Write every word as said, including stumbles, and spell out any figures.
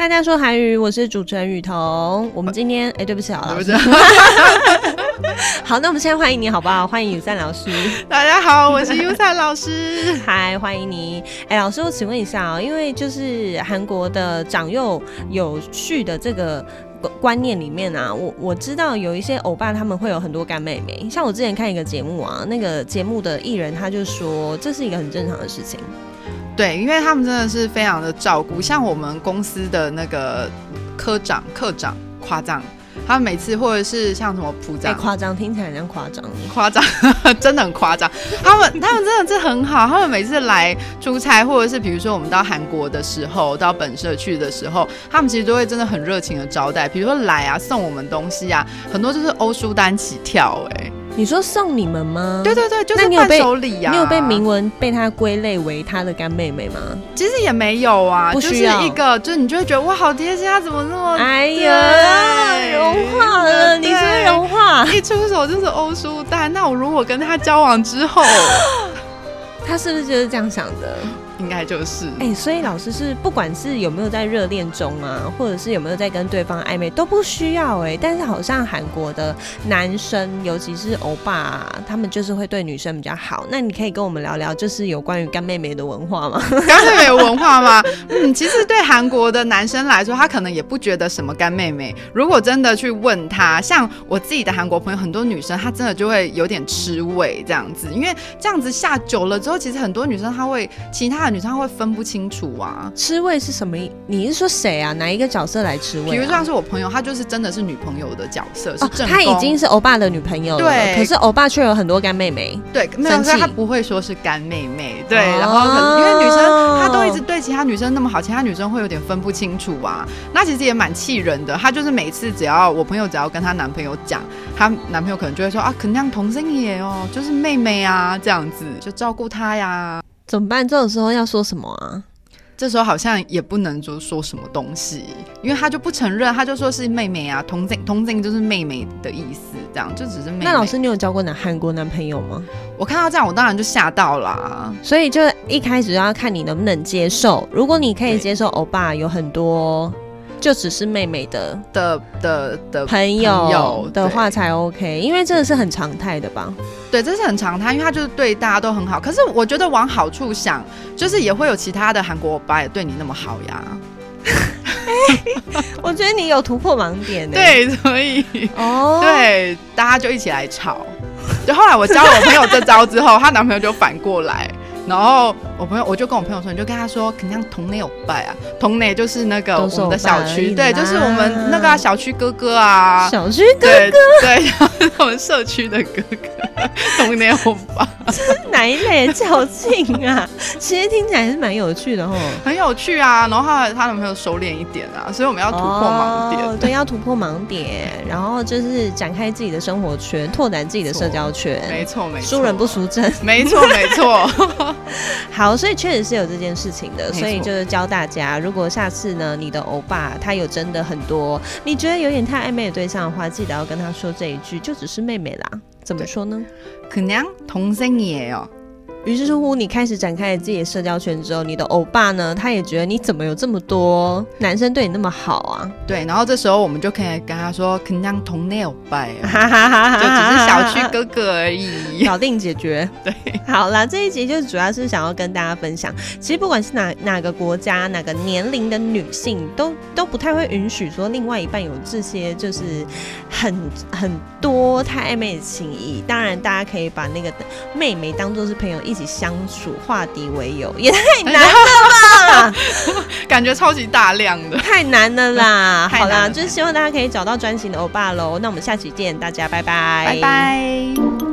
大家说韩语，我是主持人雨桐。我们今天哎、欸，对不起啊，老师。好，那我们现在欢迎你好不好？欢迎Yusan老师。 大家好，我是Yusan老师。 嗨，欢迎你。哎、欸，老师，我请问一下啊、喔，因为就是韩国的长幼有序的这个观念里面啊，我我知道有一些欧巴他们会有很多干妹妹，像我之前看一个节目啊，那个节目的艺人他就说这是一个很正常的事情。 对，因为他们真的是非常的照顾，像我们公司的那个科长、科长夸张，他们每次或者是像什么普长， 夸张、欸、听起来很像夸张， 夸张真的很夸张。他们他们真的是很好，他们每次来出差，或者是比如说我们到韩国的时候，到本社去的时候，他们其实都会真的很热情的招待，比如说来啊送我们东西啊，很多就是欧舒丹起跳哎、欸。 你说送你们吗？ 对对对，就是伴手礼啊。 你有被明文被他归类为他的干妹妹吗？ 其实也没有啊， 不需要， 就是一个，就是你就会觉得哇，好贴心，他怎么那么…… 哎呀，融化了，你是不是融化？ 一出手就是欧舒丹，那我如果跟他交往之后， 他是不是就是这样想的？ 应该就是， 哎、欸，所以老师是不管是有没有在热恋中啊，或者是有没有在跟对方暧昧，都不需要哎、欸。但是好像韩国的男生，尤其是欧巴、啊，他们就是会对女生比较好。那你可以跟我们聊聊，就是有关于干妹妹的文化吗？ 干妹妹有文化吗？嗯，其实对韩国的男生来说，他可能也不觉得什么干妹妹。如果真的去问他，像我自己的韩国朋友，很多女生她真的就会有点吃味这样子，因为这样子下久了之后，其实很多女生她会其他的女生她会分不清楚啊。 吃味是什么？你是说谁啊？哪一个角色来吃味、啊？ 比如说像是我朋友，她就是真的是女朋友的角色，是正宫、哦、 她已经是欧巴的女朋友了， 对， 可是欧巴却有很多干妹妹。 对，没有，她不会说是干妹妹，对，哦、然后可能因为女生她都一直对其他女生那么好，其他女生会有点分不清楚啊。那其实也蛮气人的。她就是每次只要我朋友只要跟她男朋友讲，她男朋友可能就会说啊，可能像同性也哦，就是妹妹啊，这样子就照顾她呀。 怎么办？这种时候要说什么啊？ 这时候好像也不能说说什么东西，因为他就不承认，他就说是妹妹啊，同性同性就是妹妹的意思，这样就只是妹妹。 那老师，你有交过男韩国男朋友吗？ 我看到这样，我当然就吓到啦。 所以就一开始就要看你能不能接受。如果你可以接受欧巴有很多就只是妹妹的的的的朋友的话才 OK， 因为这个是很常态的吧？ 对，这是很常态，因为他就是对大家都很好。可是我觉得往好处想，就是也会有其他的韩国欧巴也对你那么好呀。 欸、我觉得你有突破盲点、欸、 对，所以哦，对，大家就一起来吵。就后来我教我朋友这招之后，她男朋友就反过来。然后我朋友，我就跟我朋友说，你就跟他说，肯定同内有拜啊，同内就是那个我们的小区，对，就是我们那个、啊、小区哥哥啊， 小区哥哥， 对，对我们社区的哥哥，同内有拜， 这是哪一类的较劲啊？其实听起来是蛮有趣的吼， 很有趣啊。然后他他男朋友收敛一点啊，所以我们要突破盲点， 哦、对，要突破盲点，然后就是展开自己的生活圈，拓展自己的社交圈， 没错没错， 输人不输阵， 没错没错。 好，所以确实是有这件事情的，所以就是教大家，如果下次呢，你的欧巴他有真的很多你觉得有点太暧昧的对象的话，记得要跟他说这一句，就只是妹妹啦。怎么说呢？ 그냥 동생이에요。 于是乎，你开始展开了自己的社交圈之后，你的欧巴呢，他也觉得你怎么有这么多男生对你那么好啊？ 对，然后这时候我们就可以跟他说，그냥 동네 오빠예요，就只是小区哥哥而已， 搞定解决。 对， 好啦，这一集就主要是想要跟大家分享，其实不管是哪哪个国家、哪个年龄的女性，都都不太会允许说另外一半有这些就是很很多太暧昧的情谊。当然，大家可以把那个妹妹当作是朋友一。一起相处，化敌为友，也太难了吧？ 感觉超级大量的， 太难了啦！ 好啦，就是希望大家可以找到专情的欧巴喽。那我们下期见，大家拜拜， 拜拜。